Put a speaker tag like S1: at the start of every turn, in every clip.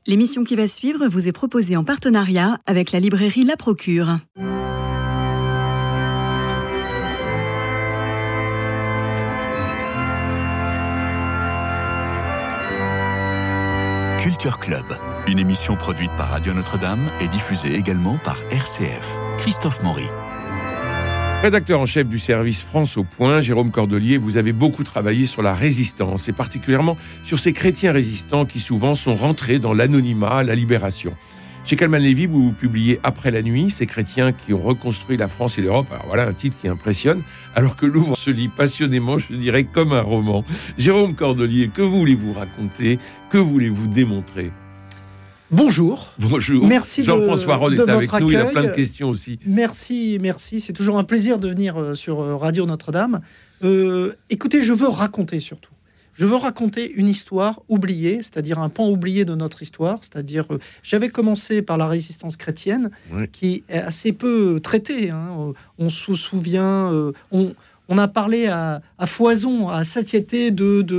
S1: L'émission qui va suivre vous est proposée en partenariat avec la librairie La Procure.
S2: Culture Club, une émission produite par Radio Notre-Dame et diffusée également par RCF. Christophe Maury.
S3: Rédacteur en chef du service France au Point, Jérôme Cordelier, vous avez beaucoup travaillé sur la résistance et particulièrement sur ces chrétiens résistants qui souvent sont rentrés dans l'anonymat, la libération. Chez Calman Lévy, vous publiez Après la nuit, ces chrétiens qui ont reconstruit la France et l'Europe. Alors voilà un titre qui impressionne, alors que l'ouvrage se lit passionnément, je dirais, comme un roman. Jérôme Cordelier, que voulez-vous raconter? Que voulez-vous démontrer?
S4: Bonjour.
S3: Bonjour.
S4: Merci
S3: Jean-François Roll est avec nous, il a plein de questions aussi.
S4: Merci. C'est toujours un plaisir de venir sur Radio Notre-Dame. Écoutez, je veux raconter surtout. Je veux raconter une histoire oubliée, c'est-à-dire un pan oublié de notre histoire. C'est-à-dire, j'avais commencé par la résistance chrétienne, qui est assez peu traitée. On se souvient, on a parlé à foison, à satiété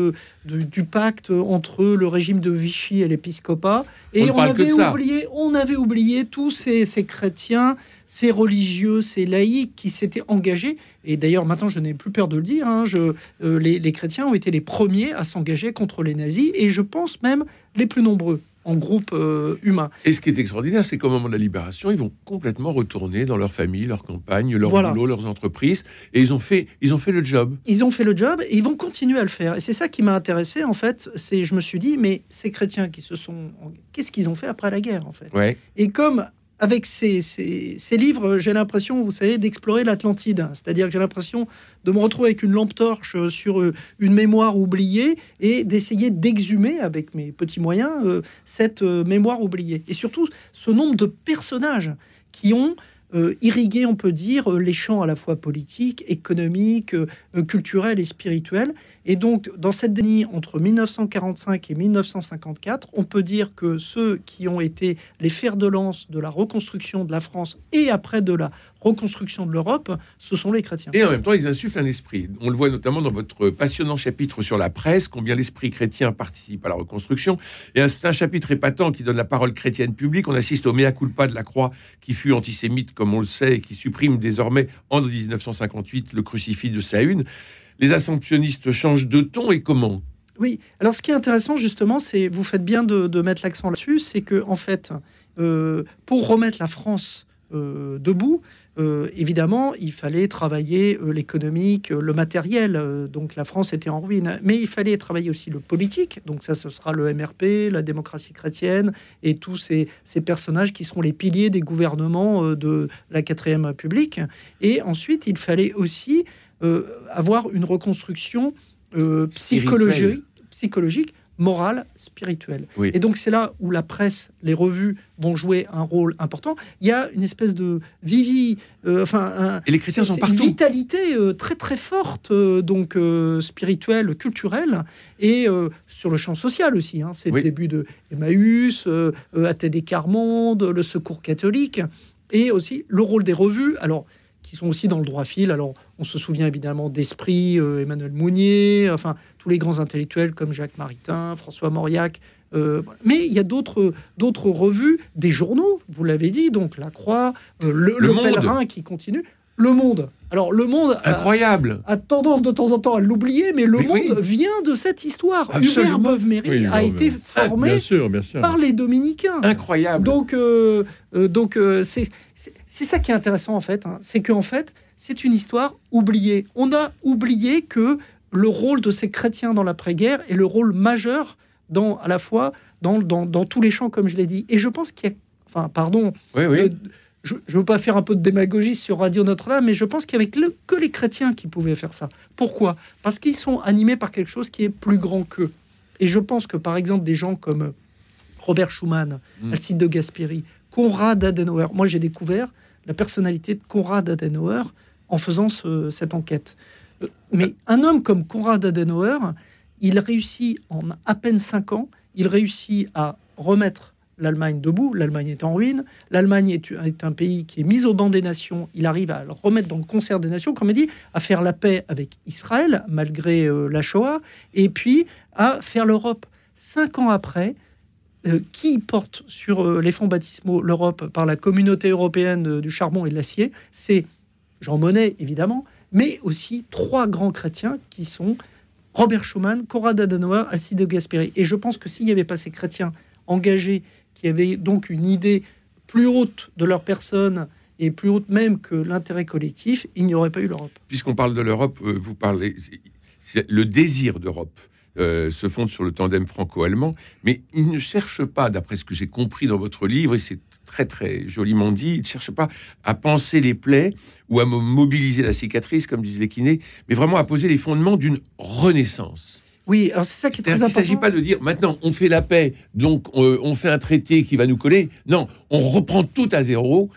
S4: du pacte entre le régime de Vichy et l'épiscopat. Et on avait oublié tous ces chrétiens, ces religieux, ces laïcs qui s'étaient engagés. Et d'ailleurs, maintenant, je n'ai plus peur de le dire, les chrétiens ont été les premiers à s'engager contre les nazis, et je pense même les plus nombreux en groupe humain.
S3: Et ce qui est extraordinaire, c'est qu'au moment de la libération, ils vont complètement retourner dans leur famille, leur campagne, leur boulot, leurs entreprises, et ils ont fait le job.
S4: Ils ont fait le job, et ils vont continuer à le faire. Et c'est ça qui m'a intéressé, en fait. Je me suis dit, mais ces chrétiens qu'est-ce qu'ils ont fait après la guerre, en fait? Et comme avec ces livres, j'ai l'impression, vous savez, d'explorer l'Atlantide. C'est-à-dire que j'ai l'impression de me retrouver avec une lampe torche sur une mémoire oubliée et d'essayer d'exhumer, avec mes petits moyens, cette mémoire oubliée. Et surtout, ce nombre de personnages qui ont irrigué, on peut dire, les champs à la fois politiques, économiques, culturels et spirituels. Et donc, dans cette décennie entre 1945 et 1954, on peut dire que ceux qui ont été les fers de lance de la reconstruction de la France et après de la reconstruction de l'Europe, ce sont les chrétiens.
S3: Et en même temps, ils insufflent un esprit. On le voit notamment dans votre passionnant chapitre sur la presse, combien l'esprit chrétien participe à la reconstruction. Et c'est un chapitre épatant qui donne la parole chrétienne publique. On assiste au mea culpa de la Croix, qui fut antisémite, comme on le sait, et qui supprime désormais, en 1958, le crucifix de sa une. Les assomptionnistes changent de ton, et comment?
S4: Oui, alors ce qui est intéressant justement, c'est, vous faites bien de mettre l'accent là-dessus, c'est que en fait, pour remettre la France debout, évidemment, il fallait travailler l'économique, le matériel, donc la France était en ruine, mais il fallait travailler aussi le politique, donc ça ce sera le MRP, la démocratie chrétienne, et tous ces personnages qui seront les piliers des gouvernements de la 4e République. Et ensuite, il fallait aussi avoir une reconstruction psychologique, morale, spirituelle. Oui. Et donc c'est là où la presse, les revues vont jouer un rôle important. Il y a une espèce de et
S3: les chrétiens sont partout.
S4: Une vitalité très très forte, spirituelle, culturelle, et sur le champ social aussi. C'est le début de Emmaüs, ATD Quart-Monde, le Secours catholique, et aussi le rôle des revues. Alors, qui sont aussi dans le droit fil. Alors, on se souvient évidemment d'Esprit, Emmanuel Mounier, enfin, tous les grands intellectuels comme Jacques Maritain, François Mauriac. Mais il y a d'autres revues, des journaux, vous l'avez dit, donc La Croix, le Pèlerin qui continue. Le Monde. Alors, Le Monde
S3: incroyable.
S4: A tendance de temps en temps à l'oublier, mais Le Monde vient de cette histoire. Hubert Beuve-Méry a été formé
S3: bien sûr.
S4: par les dominicains.
S3: Incroyable.
S4: Donc c'est ça qui est intéressant, en fait. C'est qu'en fait, c'est une histoire oubliée. On a oublié que le rôle de ces chrétiens dans l'après-guerre est le rôle majeur à la fois dans tous les champs, comme je l'ai dit. Et je pense qu'il y a... Enfin, pardon... Je ne veux pas faire un peu de démagogie sur Radio Notre-Dame, mais je pense qu'il n'y avait que les chrétiens qui pouvaient faire ça. Pourquoi? Parce qu'ils sont animés par quelque chose qui est plus grand qu'eux. Et je pense que, par exemple, des gens comme Robert Schuman, Alcide de Gasperi, Konrad Adenauer... Moi, j'ai découvert la personnalité de Konrad Adenauer en faisant cette enquête. Mais un homme comme Konrad Adenauer, il réussit en à peine 5 ans, il réussit à remettre l'Allemagne debout. L'Allemagne est en ruine. L'Allemagne est un pays qui est mis au banc des nations. Il arrive à le remettre dans le concert des nations, comme on dit, à faire la paix avec Israël, malgré la Shoah, et puis à faire l'Europe. 5 ans après, qui porte sur les fonds baptismaux l'Europe par la communauté européenne du charbon et de l'acier, c'est Jean Monnet, évidemment, mais aussi 3 grands chrétiens qui sont Robert Schuman, Konrad Adenauer, Alcide de Gasperi. Et je pense que s'il n'y avait pas ces chrétiens engagés, qui avaient donc une idée plus haute de leur personne et plus haute même que l'intérêt collectif, il n'y aurait pas eu l'Europe.
S3: Puisqu'on parle de l'Europe, vous parlez... Le désir d'Europe se fonde sur le tandem franco-allemand, mais il ne cherche pas, d'après ce que j'ai compris dans votre livre, et c'est très très joliment dit, il ne cherche pas à panser les plaies ou à mobiliser la cicatrice, comme disent les kinés, mais vraiment à poser les fondements d'une renaissance.
S4: Oui, alors c'est ça qui est très important.
S3: Il ne s'agit pas de dire, maintenant, on fait la paix, donc on fait un traité qui va nous coller. Non, on reprend tout à zéro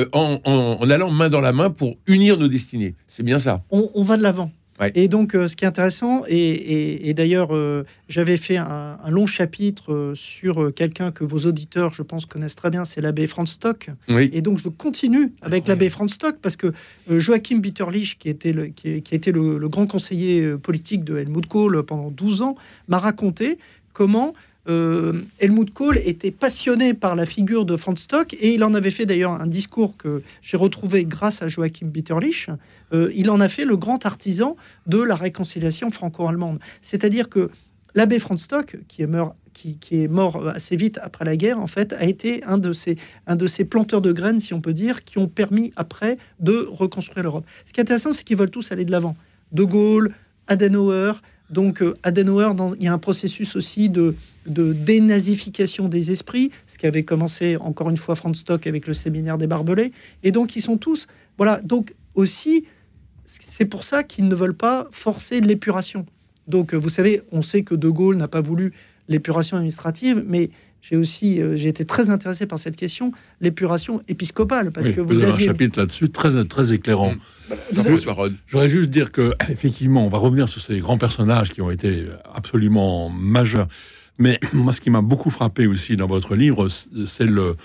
S3: en allant main dans la main pour unir nos destinées. C'est bien ça.
S4: On va de l'avant.
S3: Ouais.
S4: Et donc, ce qui est intéressant, et d'ailleurs, j'avais fait un long chapitre sur quelqu'un que vos auditeurs, je pense, connaissent très bien, c'est l'abbé Franz Stock.
S3: Oui.
S4: Et donc, je continue avec l'abbé Franz Stock, parce que Joachim Bitterlich, qui a été le grand conseiller politique de Helmut Kohl pendant 12 ans, m'a raconté comment Helmut Kohl était passionné par la figure de Franz Stock, et il en avait fait d'ailleurs un discours que j'ai retrouvé grâce à Joachim Bitterlich. Il en a fait le grand artisan de la réconciliation franco-allemande. C'est-à-dire que l'abbé Franz Stock, qui est mort assez vite après la guerre, en fait, a été un de ces planteurs de graines, si on peut dire, qui ont permis après de reconstruire l'Europe. Ce qui est intéressant, c'est qu'ils veulent tous aller de l'avant. De Gaulle, Adenauer. Donc Adenauer, il y a un processus aussi de dénazification des esprits, ce qui avait commencé encore une fois Franz Stock avec le séminaire des Barbelés. Et donc ils sont tous, voilà. Donc aussi, c'est pour ça qu'ils ne veulent pas forcer l'épuration. Donc vous savez, on sait que De Gaulle n'a pas voulu l'épuration administrative, mais j'ai été très intéressé par cette question, l'épuration épiscopale, parce que vous
S5: avez
S4: aviez
S5: un chapitre là-dessus très très éclairant. J'aurais juste dire que effectivement, on va revenir sur ces grands personnages qui ont été absolument majeurs. Mais moi, ce qui m'a beaucoup frappé aussi dans votre livre, c'est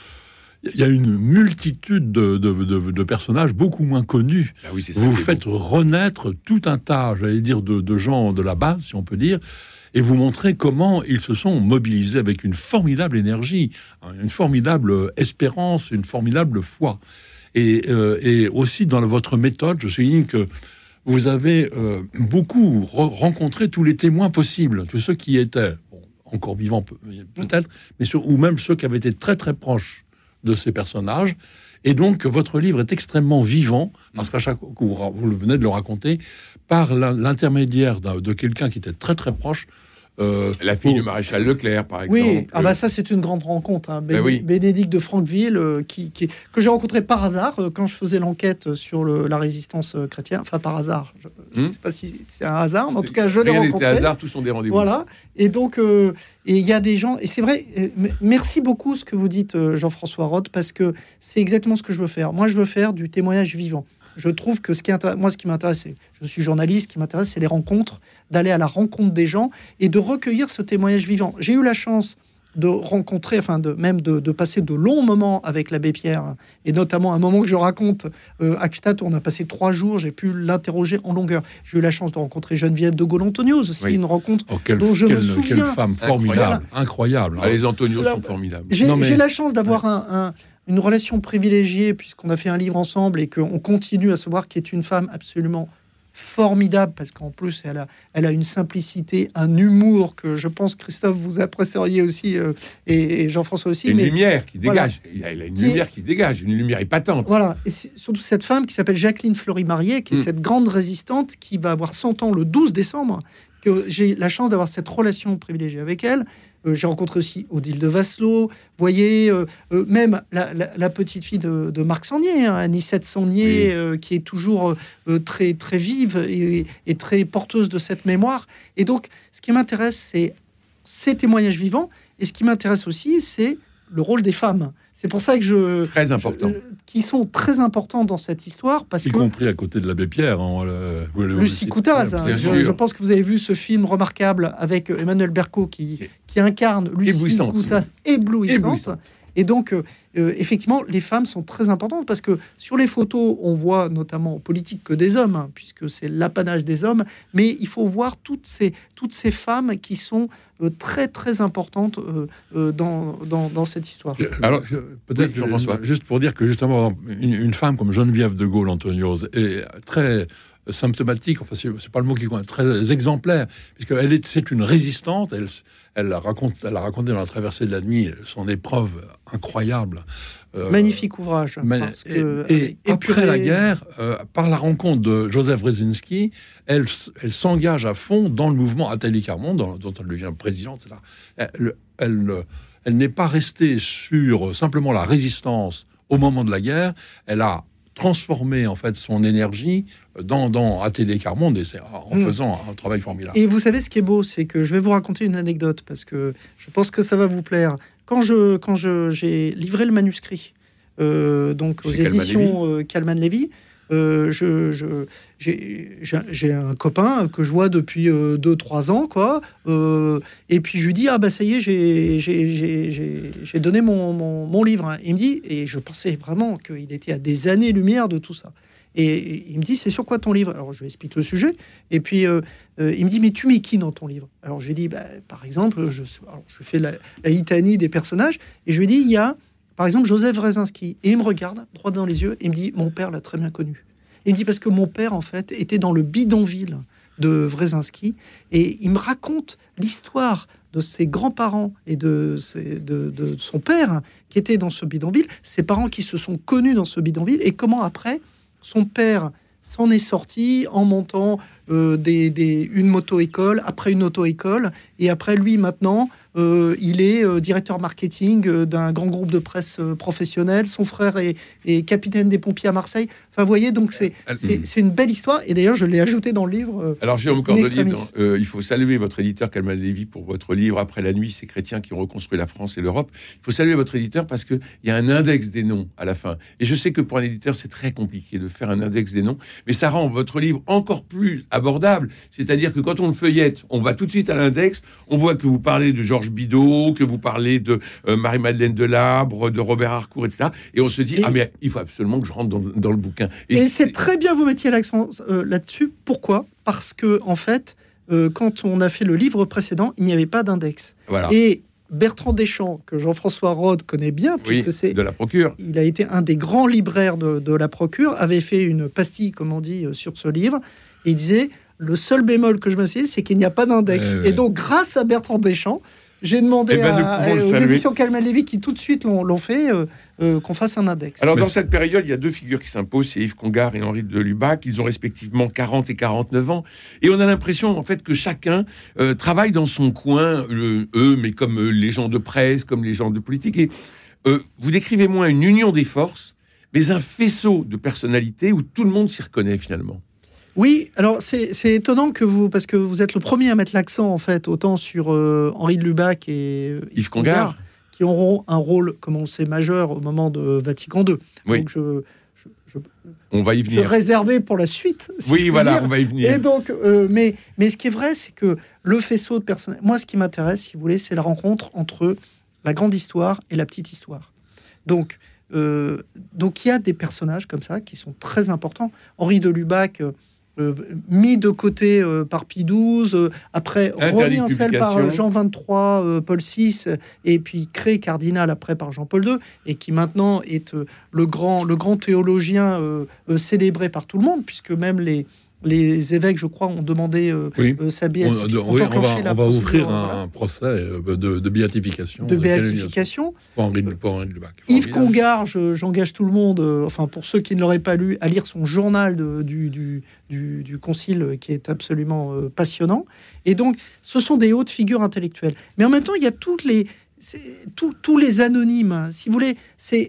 S5: il y a une multitude de personnages beaucoup moins connus.
S3: Ah oui, c'est ça.
S5: Vous faites renaître tout un tas, j'allais dire, de gens de la base, si on peut dire, et vous montrez comment ils se sont mobilisés avec une formidable énergie, une formidable espérance, une formidable foi. Et aussi dans votre méthode, je souligne que vous avez beaucoup rencontré tous les témoins possibles, tous ceux qui étaient encore vivants peut-être, mais ou même ceux qui avaient été très très proches de ces personnages. Et donc votre livre est extrêmement vivant, parce qu'à chaque fois que vous venez de le raconter, par l'intermédiaire de quelqu'un qui était très très proche.
S3: La fille du maréchal Leclerc, par exemple.
S4: Oui, ça c'est une grande rencontre. Hein.
S3: Oui.
S4: Bénédicte de Franqueville, que j'ai rencontré par hasard quand je faisais l'enquête sur la résistance chrétienne. Enfin, par hasard. Je ne sais pas si c'est un hasard, mais en tout cas, je l'ai rencontré.
S3: Rien n'était hasard, tous sont des rendez-vous.
S4: Voilà. Et donc, il y a des gens... Et c'est vrai, merci beaucoup ce que vous dites, Jean-François Roth, parce que c'est exactement ce que je veux faire. Moi, je veux faire du témoignage vivant. Je trouve que ce qui m'intéresse, je suis journaliste, ce qui m'intéresse, c'est les rencontres, d'aller à la rencontre des gens et de recueillir ce témoignage vivant. J'ai eu la chance de rencontrer, de passer de longs moments avec l'abbé Pierre, et notamment un moment que je raconte à Gstaad, où on a passé 3 jours, j'ai pu l'interroger en longueur. J'ai eu la chance de rencontrer Geneviève de Gaulle-Antonios, aussi une rencontre dont je me souviens.
S5: Quelle femme formidable, incroyable.
S3: Les Antonios sont formidables.
S4: J'ai la chance d'avoir une relation privilégiée, puisqu'on a fait un livre ensemble et qu'on continue à se voir, qui est une femme absolument formidable, parce qu'en plus elle a une simplicité, un humour que je pense, Christophe, vous apprécieriez aussi, et Jean-François aussi.
S3: Une lumière qui dégage.
S4: Voilà.
S3: Elle a une lumière qui se dégage, une lumière épatante.
S4: Voilà, et surtout cette femme qui s'appelle Jacqueline Fleury-Marié, qui est cette grande résistante qui va avoir 100 ans le 12 décembre, que j'ai la chance d'avoir cette relation privilégiée avec elle. J'ai rencontré aussi Odile de Vasselot, vous voyez, même la petite fille de Marc Sangnier, Anicette Sangnier, qui est toujours très, très vive et très porteuse de cette mémoire. Et donc, ce qui m'intéresse, c'est ces témoignages vivants, et ce qui m'intéresse aussi, c'est le rôle des femmes. C'est pour ça que
S3: très important.
S4: Qui sont très importants dans cette histoire, parce
S5: y compris à côté de l'abbé Pierre.
S4: Lucie Coutaz. Je pense que vous avez vu ce film remarquable avec Emmanuel Berco qui incarne Lucie Coutaz, éblouissante. Et donc, effectivement, les femmes sont très importantes parce que sur les photos, on voit notamment en politique que des hommes, puisque c'est l'apanage des hommes, mais il faut voir toutes ces femmes qui sont très, très importantes dans cette histoire.
S5: Alors, peut-être juste pour dire que justement, une femme comme Geneviève de Gaulle-Antonios est très symptomatique, enfin c'est pas le mot qui compte, très exemplaire, puisqu'elle c'est une résistante. Elle a raconté dans La Traversée de la nuit son épreuve incroyable.
S4: Magnifique ouvrage.
S5: Et après la guerre, par la rencontre de Joseph Wrezinski, elle s'engage à fond dans le mouvement Athélie Carmonde, dont elle devient présidente. Elle n'est pas restée sur simplement la résistance au moment de la guerre. Elle a transformer en fait son énergie dans Athélie Carmonde, et c'est en faisant un travail formidable.
S4: Et vous savez ce qui est beau, c'est que je vais vous raconter une anecdote parce que je pense que ça va vous plaire. Quand j'ai livré le manuscrit donc aux éditions Calman Levy, j'ai un copain que je vois depuis 2-3 ans, quoi. Et puis je lui dis ça y est, j'ai donné mon livre. Hein. Il me dit, et je pensais vraiment qu'il était à des années-lumière de tout ça. Et il me dit, c'est sur quoi ton livre? Alors je lui explique le sujet. Et puis il me dit, mais tu mets qui dans ton livre? Alors j'ai dit, par exemple, je fais la litanie des personnages. Et je lui dis, il y a par exemple Joseph Wrezinski. Et il me regarde droit dans les yeux et il me dit, mon père l'a très bien connu. Il me dit, parce que mon père, en fait, était dans le bidonville de Wrezinski, et il me raconte l'histoire de ses grands-parents et de son père qui était dans ce bidonville, ses parents qui se sont connus dans ce bidonville, et comment après, son père s'en est sorti en montant une moto-école, après une auto-école, et après lui, maintenant... il est directeur marketing d'un grand groupe de presse professionnel. Son frère est capitaine des pompiers à Marseille. Enfin, vous voyez, donc c'est une belle histoire. Et d'ailleurs, je l'ai ajouté dans le livre.
S3: Alors, Jérôme Cordelier, il faut saluer votre éditeur Calman Levy pour votre livre Après la nuit, ces chrétiens qui ont reconstruit la France et l'Europe. Il faut saluer votre éditeur parce qu'il y a un index des noms à la fin. Et je sais que pour un éditeur, c'est très compliqué de faire un index des noms, mais ça rend votre livre encore plus abordable. C'est-à-dire que quand on le feuillette, on va tout de suite à l'index, on voit que vous parlez de Georges Bidault, que vous parlez de Marie-Madeleine Delabre, de Robert Harcourt, etc. Et on se dit, mais il faut absolument que je rentre dans le bouquin.
S4: Et c'est très bien, vous mettiez l'accent là-dessus. Pourquoi? Parce que, en fait, quand on a fait le livre précédent, il n'y avait pas d'index.
S3: Voilà.
S4: Et Bertrand Deschamps, que Jean-François Rode connaît bien, puisque c'est
S3: de la Procure.
S4: Il a été un des grands libraires de la Procure, avait fait une pastille, comme on dit, sur ce livre. Et il disait, le seul bémol que je me suis dit, c'est qu'il n'y a pas d'index. Et donc, grâce à Bertrand Deschamps, j'ai demandé aux éditions Calman Levy, qui tout de suite l'ont fait, qu'on fasse un index.
S3: Alors, dans cette période, il y a deux figures qui s'imposent, c'est Yves Congar et Henri de Lubac. Ils ont respectivement 40 et 49 ans. Et on a l'impression, en fait, que chacun travaille dans son coin, eux, mais comme les gens de presse, comme les gens de politique. Et vous décrivez moins une union des forces, mais un faisceau de personnalités où tout le monde s'y reconnaît, finalement.
S4: Oui, alors c'est étonnant parce que vous êtes le premier à mettre l'accent, en fait, autant sur Henri de Lubac et Yves Congar, qui auront un rôle, comme on sait, majeur au moment de Vatican II.
S3: Oui.
S4: Donc
S3: on va y venir.
S4: Je réservais pour la suite.
S3: Si on va y venir.
S4: Et donc, mais ce qui est vrai, c'est que le faisceau de personnes. Moi, ce qui m'intéresse, si vous voulez, c'est la rencontre entre la grande histoire et la petite histoire. Donc il y a des personnages comme ça qui sont très importants. Henri de Lubac. Mis de côté par Pie XII, après remis en selle par Jean XXIII, Paul VI, et puis créé cardinal après par Jean-Paul II, et qui maintenant est le grand théologien célébré par tout le monde, puisque même les évêques, je crois, ont demandé sa béatification.
S5: On va ouvrir un procès de béatification.
S4: De béatification.
S5: Pour Henri de Lubac.
S4: Yves Congar, j'engage tout le monde, enfin pour ceux qui ne l'auraient pas lu, à lire son journal du concile, qui est absolument passionnant. Et donc, ce sont des hautes figures intellectuelles. Mais en même temps, il y a tous les anonymes, si vous voulez.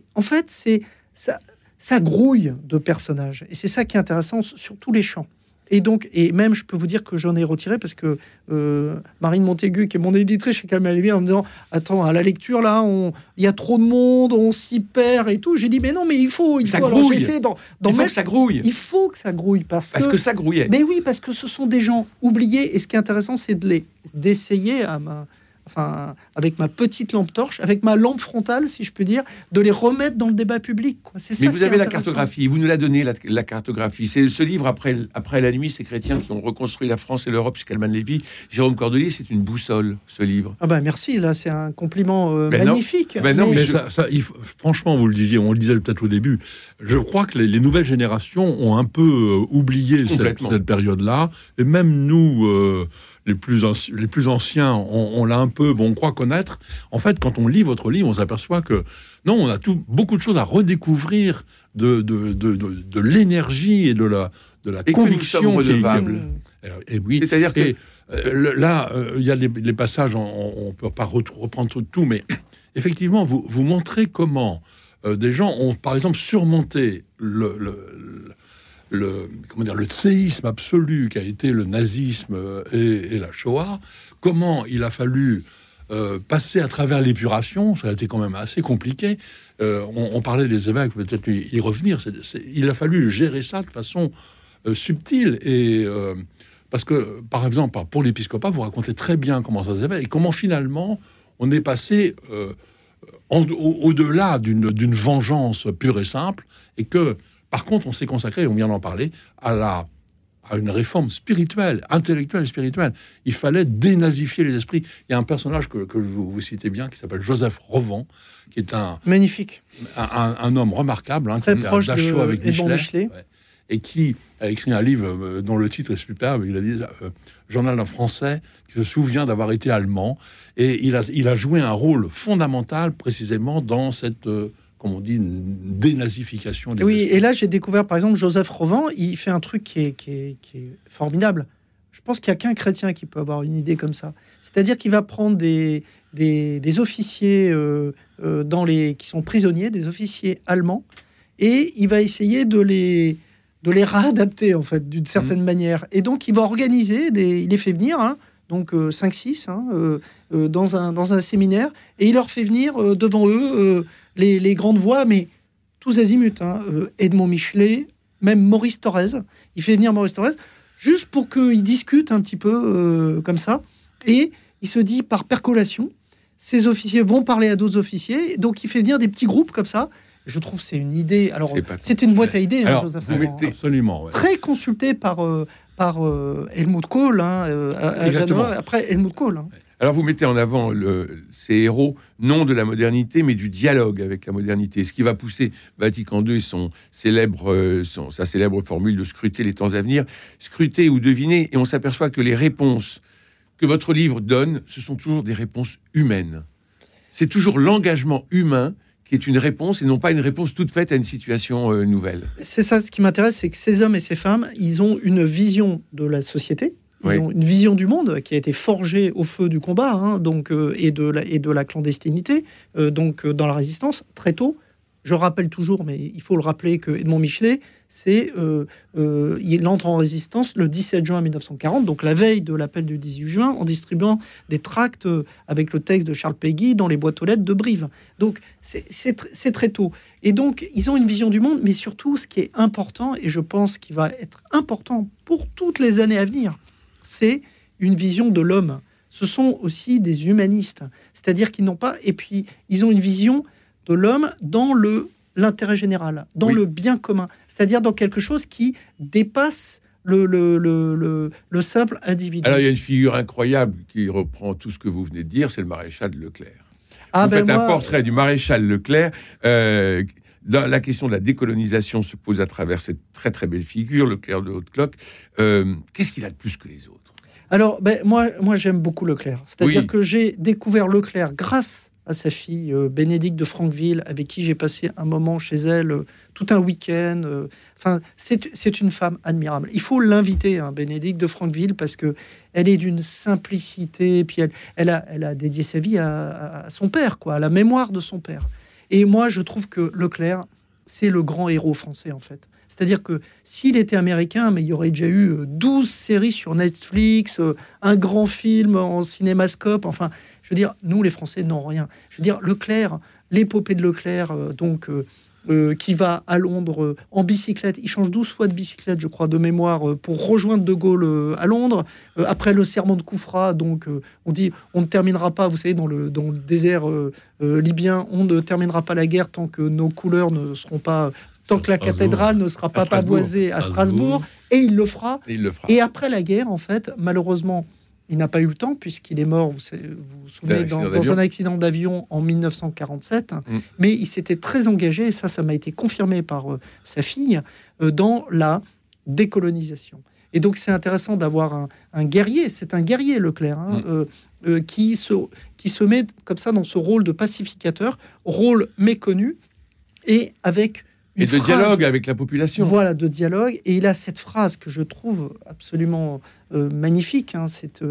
S4: Ça grouille de personnages. Et c'est ça qui est intéressant sur tous les champs. Et même, je peux vous dire que j'en ai retiré parce que Marine Montaigu, qui est mon éditrice chez Calman Levy, en me disant, attends, à la lecture, là, il y a trop de monde, on s'y perd et tout. J'ai dit, mais non, mais il faut
S3: ça grouille.
S4: Il faut que ça grouille. Il faut que ça grouille parce que
S3: ça grouillait.
S4: Mais oui, parce que ce sont des gens oubliés. Et ce qui est intéressant, c'est d'essayer, à avec ma petite lampe torche, avec ma lampe frontale, si je peux dire, de les remettre dans le débat public, quoi. C'est ça.
S3: Mais vous avez la cartographie, vous nous la donnez, la cartographie. C'est ce livre, après la nuit, ces chrétiens qui ont reconstruit la France et l'Europe chez Kalman Levy. Jérôme Cordelier, c'est une boussole, ce livre.
S4: Ah ben merci, là, c'est un compliment magnifique.
S3: Mais
S5: franchement, vous le disiez, on le disait peut-être au début, je crois que les nouvelles générations ont un peu oublié cette période-là, et même nous, les plus anciens, on l'a un peu, on croit connaître. En fait, quand on lit votre livre, on s'aperçoit que non, on a beaucoup de choses à redécouvrir de l'énergie et de la conviction
S3: redevable.
S5: Et oui, c'est-à-dire que là, il y a les passages, on ne peut pas reprendre tout, mais effectivement, vous montrez comment des gens ont, par exemple, surmonté le séisme absolu qu'a été le nazisme et la Shoah, comment il a fallu passer à travers l'épuration. Ça a été quand même assez compliqué. On parlait des évêques, peut-être y revenir. Il a fallu gérer ça de façon subtile. Et parce que, par exemple, pour l'épiscopat, vous racontez très bien comment ça s'est fait et comment finalement on est passé au-delà d'une vengeance pure et simple, et que par contre, on s'est consacré, on vient d'en parler, à une réforme spirituelle, intellectuelle et spirituelle. Il fallait dénazifier les esprits. Il y a un personnage que vous citez bien, qui s'appelle Joseph Revent, qui est
S4: magnifique,
S5: un homme remarquable,
S4: très proche de
S5: avec
S4: Michelet,
S5: et qui a écrit un livre dont le titre est superbe. Il a dit Journal d'un Français qui se souvient d'avoir été allemand, et il a joué un rôle fondamental précisément dans cette comme on dit, une dénazification des esprits.
S4: Et là, j'ai découvert, par exemple, Joseph Revent, il fait un truc qui est formidable. Je pense qu'il n'y a qu'un chrétien qui peut avoir une idée comme ça. C'est-à-dire qu'il va prendre des officiers qui sont prisonniers, des officiers allemands, et il va essayer de les réadapter, en fait, d'une certaine manière. Et donc, il va organiser, il les fait venir, donc 5-6, dans un séminaire, et il leur fait venir devant eux les grandes voix, mais tous azimuts, Edmond Michelet, même Maurice Thorez. Il fait venir Maurice Thorez juste pour qu'ils discutent un petit peu comme ça, et il se dit par percolation, ces officiers vont parler à d'autres officiers, donc il fait venir des petits groupes comme ça. Je trouve que c'est une idée. Alors c'était une boîte à idées, Joseph Revent,
S5: absolument,
S4: très consulté par Helmut Kohl, après Helmut Kohl.
S3: Alors vous mettez en avant ces héros, non de la modernité, mais du dialogue avec la modernité. Ce qui va pousser Vatican II et sa célèbre formule de scruter les temps à venir, scruter ou deviner, et on s'aperçoit que les réponses que votre livre donne, ce sont toujours des réponses humaines. C'est toujours l'engagement humain qui est une réponse, et non pas une réponse toute faite à une situation nouvelle. C'est ça, ce qui m'intéresse, c'est que ces hommes et ces femmes, ils ont une vision de la société. Ils ont une vision du monde qui a été forgée au feu du combat, et de la clandestinité, dans la résistance, très tôt. Je rappelle toujours, mais il faut le rappeler, que Edmond Michelet, il entre en résistance le 17 juin 1940, donc la veille de l'appel du 18 juin, en distribuant des tracts avec le texte de Charles Péguy dans les boîtes aux lettres de Brive. Donc c'est très tôt. Et donc ils ont une vision du monde, mais surtout ce qui est important, et je pense qu'il va être important pour toutes les années à venir, c'est une vision de l'homme. Ce sont aussi des humanistes, c'est-à-dire qu'ils n'ont pas... Et puis, ils ont une vision de l'homme dans l'intérêt général, dans le bien commun, c'est-à-dire dans quelque chose qui dépasse le simple individu. Alors, il y a une figure incroyable qui reprend tout ce que vous venez de dire, c'est le maréchal Leclerc. Vous faites un portrait du maréchal Leclerc. La question de la décolonisation se pose à travers cette très très belle figure, Leclerc de Haute-Cloque. Qu'est-ce qu'il a de plus que les autres ? Alors, moi j'aime beaucoup Leclerc. C'est-à-dire que j'ai découvert Leclerc grâce à sa fille Bénédicte de Franqueville, avec qui j'ai passé un moment chez elle, tout un week-end. C'est une femme admirable. Il faut l'inviter, Bénédicte de Franqueville, parce que elle est d'une simplicité. Puis elle a dédié sa vie à son père, à la mémoire de son père. Et moi, je trouve que Leclerc, c'est le grand héros français, en fait. C'est-à-dire que s'il était américain, mais il y aurait déjà eu 12 séries sur Netflix, un grand film en cinémascope. Enfin, je veux dire, nous, les Français, n'ont rien. Je veux dire, Leclerc, l'épopée de Leclerc,
S4: qui va à Londres en bicyclette. Il change 12 fois de bicyclette, je crois, de mémoire, pour rejoindre De Gaulle à Londres. Après le serment de Koufra, donc on dit on ne terminera pas, vous savez, dans le désert libyen, on ne terminera pas la guerre tant que nos couleurs ne seront pas... Tant que la cathédrale ne sera pas pavoisée à Strasbourg, et il le fera. Et après la guerre, en fait, malheureusement, il n'a pas eu le temps, puisqu'il est mort, vous vous souvenez, dans un accident d'avion en 1947, mais il s'était très engagé, et ça m'a été confirmé par sa fille, dans la décolonisation. Et donc c'est intéressant d'avoir un guerrier, c'est un guerrier Leclerc, qui se met comme ça dans ce rôle de pacificateur, rôle méconnu, et avec...
S3: Et de dialogue avec la population.
S4: Voilà, de dialogue. Et il a cette phrase que je trouve absolument magnifique. C'est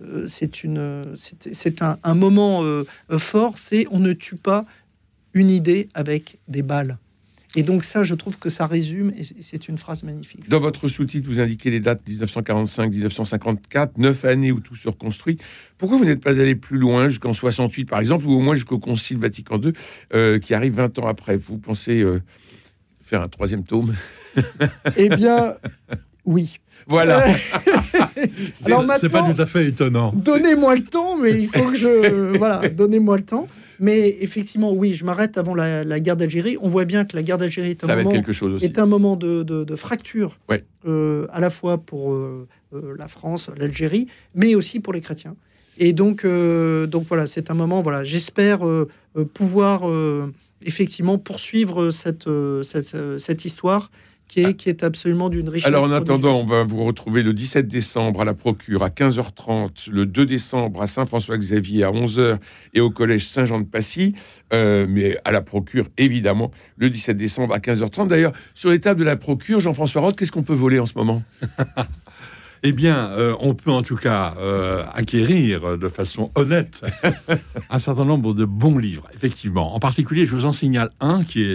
S4: un moment fort. C'est « on ne tue pas une idée avec des balles ». Et donc ça, je trouve que ça résume, et c'est une phrase magnifique.
S3: Dans votre sous-titre, vous indiquez les dates 1945-1954, 9 années où tout se reconstruit. Pourquoi vous n'êtes pas allé plus loin, jusqu'en 68 par exemple, ou au moins jusqu'au Concile Vatican II, qui arrive 20 ans après? Vous pensez... faire un 3e tome?
S4: Eh bien, oui.
S3: Voilà.
S4: Alors maintenant,
S5: c'est pas tout à fait étonnant.
S4: Donnez-moi le temps, mais il faut que je... Voilà, donnez-moi le temps. Mais effectivement, oui, je m'arrête avant la guerre d'Algérie. On voit bien que la guerre d'Algérie est un moment de fracture,
S3: ouais.
S4: À la fois pour la France, l'Algérie, mais aussi pour les chrétiens. Et donc voilà, c'est un moment... Voilà, j'espère pouvoir... effectivement poursuivre cette histoire qui est absolument d'une richesse.
S3: Alors en attendant, on va vous retrouver le 17 décembre à la Procure à 15h30, le 2 décembre à Saint-François-Xavier à 11h et au collège Saint-Jean-de-Passy, mais à la Procure évidemment le 17 décembre à 15h30. D'ailleurs, sur les tables de la Procure, Jean-François Roth, qu'est-ce qu'on peut voler en ce moment?
S5: Eh bien, on peut en tout cas acquérir de façon honnête un certain nombre de bons livres, effectivement. En particulier, je vous en signale un qui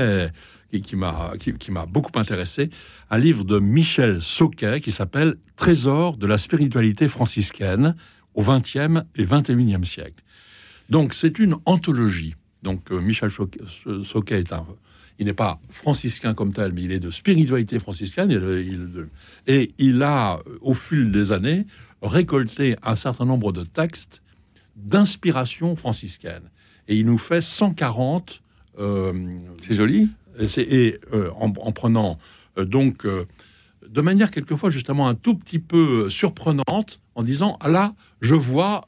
S5: m'a beaucoup intéressé, un livre de Michel Sauquet qui s'appelle « Trésor de la spiritualité franciscaine au XXe et XXIe siècle ». Donc, c'est une anthologie. Donc, Michel Sauquet il n'est pas franciscain comme tel, mais il est de spiritualité franciscaine. Et il a, au fil des années, récolté un certain nombre de textes d'inspiration franciscaine. Et il nous fait 140...
S3: c'est joli.
S5: En prenant, de manière quelquefois justement un tout petit peu surprenante, en disant là, je vois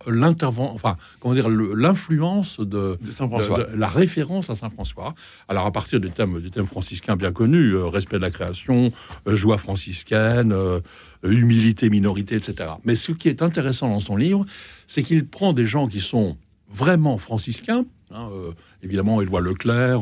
S5: l'influence de
S3: Saint François,
S5: la référence à Saint François. Alors à partir des thèmes franciscains bien connus, respect de la création, joie franciscaine, humilité, minorité, etc. Mais ce qui est intéressant dans son livre, c'est qu'il prend des gens qui sont vraiment franciscains, évidemment Édouard Leclerc,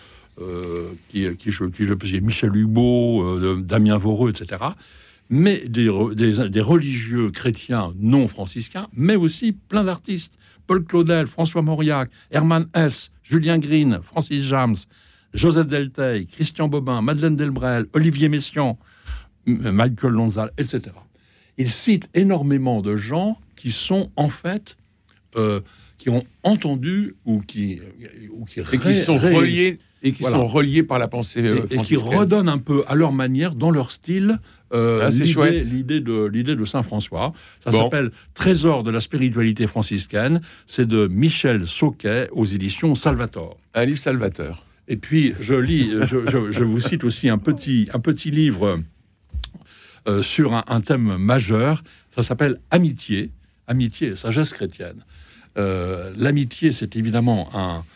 S5: Michel Hugo, Damien Voreux, etc., mais des religieux chrétiens non franciscains, mais aussi plein d'artistes. Paul Claudel, François Mauriac, Hermann Hesse, Julien Green, Francis James, Joseph Delteil, Christian Bobin, Madeleine Delbrel, Olivier Messiaen, Michael Lonzal, etc. Il cite énormément de gens qui sont en fait... qui ont entendu ou qui
S3: sont reliés... Et qui sont reliés par la pensée
S5: et qui redonnent un peu à leur manière, dans leur style, l'idée de Saint François. Ça s'appelle Trésor de la spiritualité franciscaine. C'est de Michel Sauquet aux éditions Salvator.
S3: Un livre Salvator.
S5: Et puis je vous cite aussi un petit livre sur un thème majeur. Ça s'appelle Amitié et sagesse chrétienne. L'amitié, c'est évidemment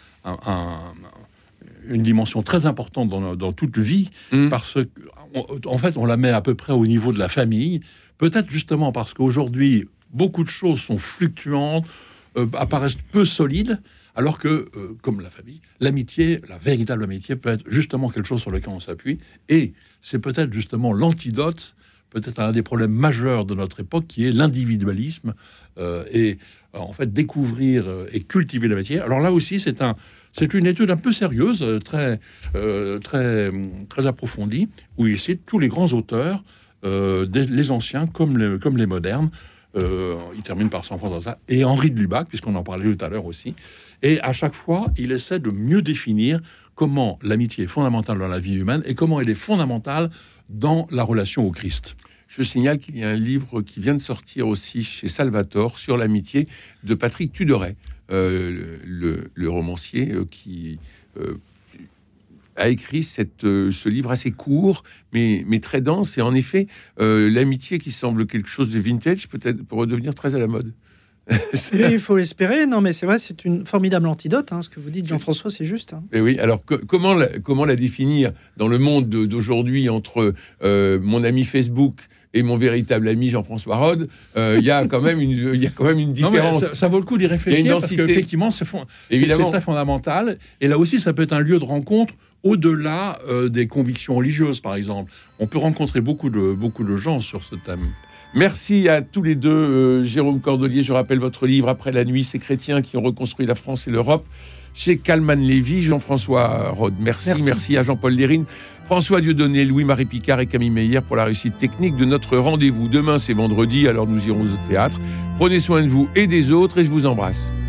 S5: une dimension très importante dans toute vie, parce qu'en fait, on la met à peu près au niveau de la famille, peut-être justement parce qu'aujourd'hui, beaucoup de choses sont fluctuantes, apparaissent peu solides, alors que, comme la famille, l'amitié, la véritable amitié, peut être justement quelque chose sur lequel on s'appuie, et c'est peut-être justement l'antidote, peut-être un des problèmes majeurs de notre époque, qui est l'individualisme, et en fait, découvrir et cultiver l'amitié. Alors là aussi, c'est une étude un peu sérieuse, très approfondie, où il cite tous les grands auteurs, les anciens comme les modernes, Il termine par S'enfoncer et Henri de Lubac, puisqu'on en parlait tout à l'heure aussi. Et à chaque fois, il essaie de mieux définir comment l'amitié est fondamentale dans la vie humaine et comment elle est fondamentale dans la relation au Christ.
S3: Je signale qu'il y a un livre qui vient de sortir aussi chez Salvatore sur l'amitié de Patrick Tudoret, le romancier qui a écrit ce livre assez court, mais très dense. Et en effet, l'amitié qui semble quelque chose de vintage, peut-être pour redevenir très à la mode.
S4: Il faut l'espérer. Non, mais c'est vrai, c'est une formidable antidote. Ce que vous dites, Jean-François, c'est juste.
S3: Mais oui, alors comment la définir dans le monde d'aujourd'hui entre mon ami Facebook et mon véritable ami Jean-François Rode? Il y a quand même une différence.
S5: Non, ça vaut le coup d'y réfléchir parce qu'effectivement, c'est très fondamental. Et là aussi, ça peut être un lieu de rencontre au-delà des convictions religieuses, par exemple. On peut rencontrer beaucoup de gens sur ce thème.
S3: Merci à tous les deux. Jérôme Cordelier, je rappelle votre livre « Après la nuit, ces chrétiens qui ont reconstruit la France et l'Europe » chez Kalman Lévy. Jean-François Rode, merci à Jean-Paul Lérine, François Dieudonné, Louis-Marie Picard et Camille Meyer pour la réussite technique de notre rendez-vous. Demain, c'est vendredi, alors nous irons au théâtre. Prenez soin de vous et des autres et je vous embrasse.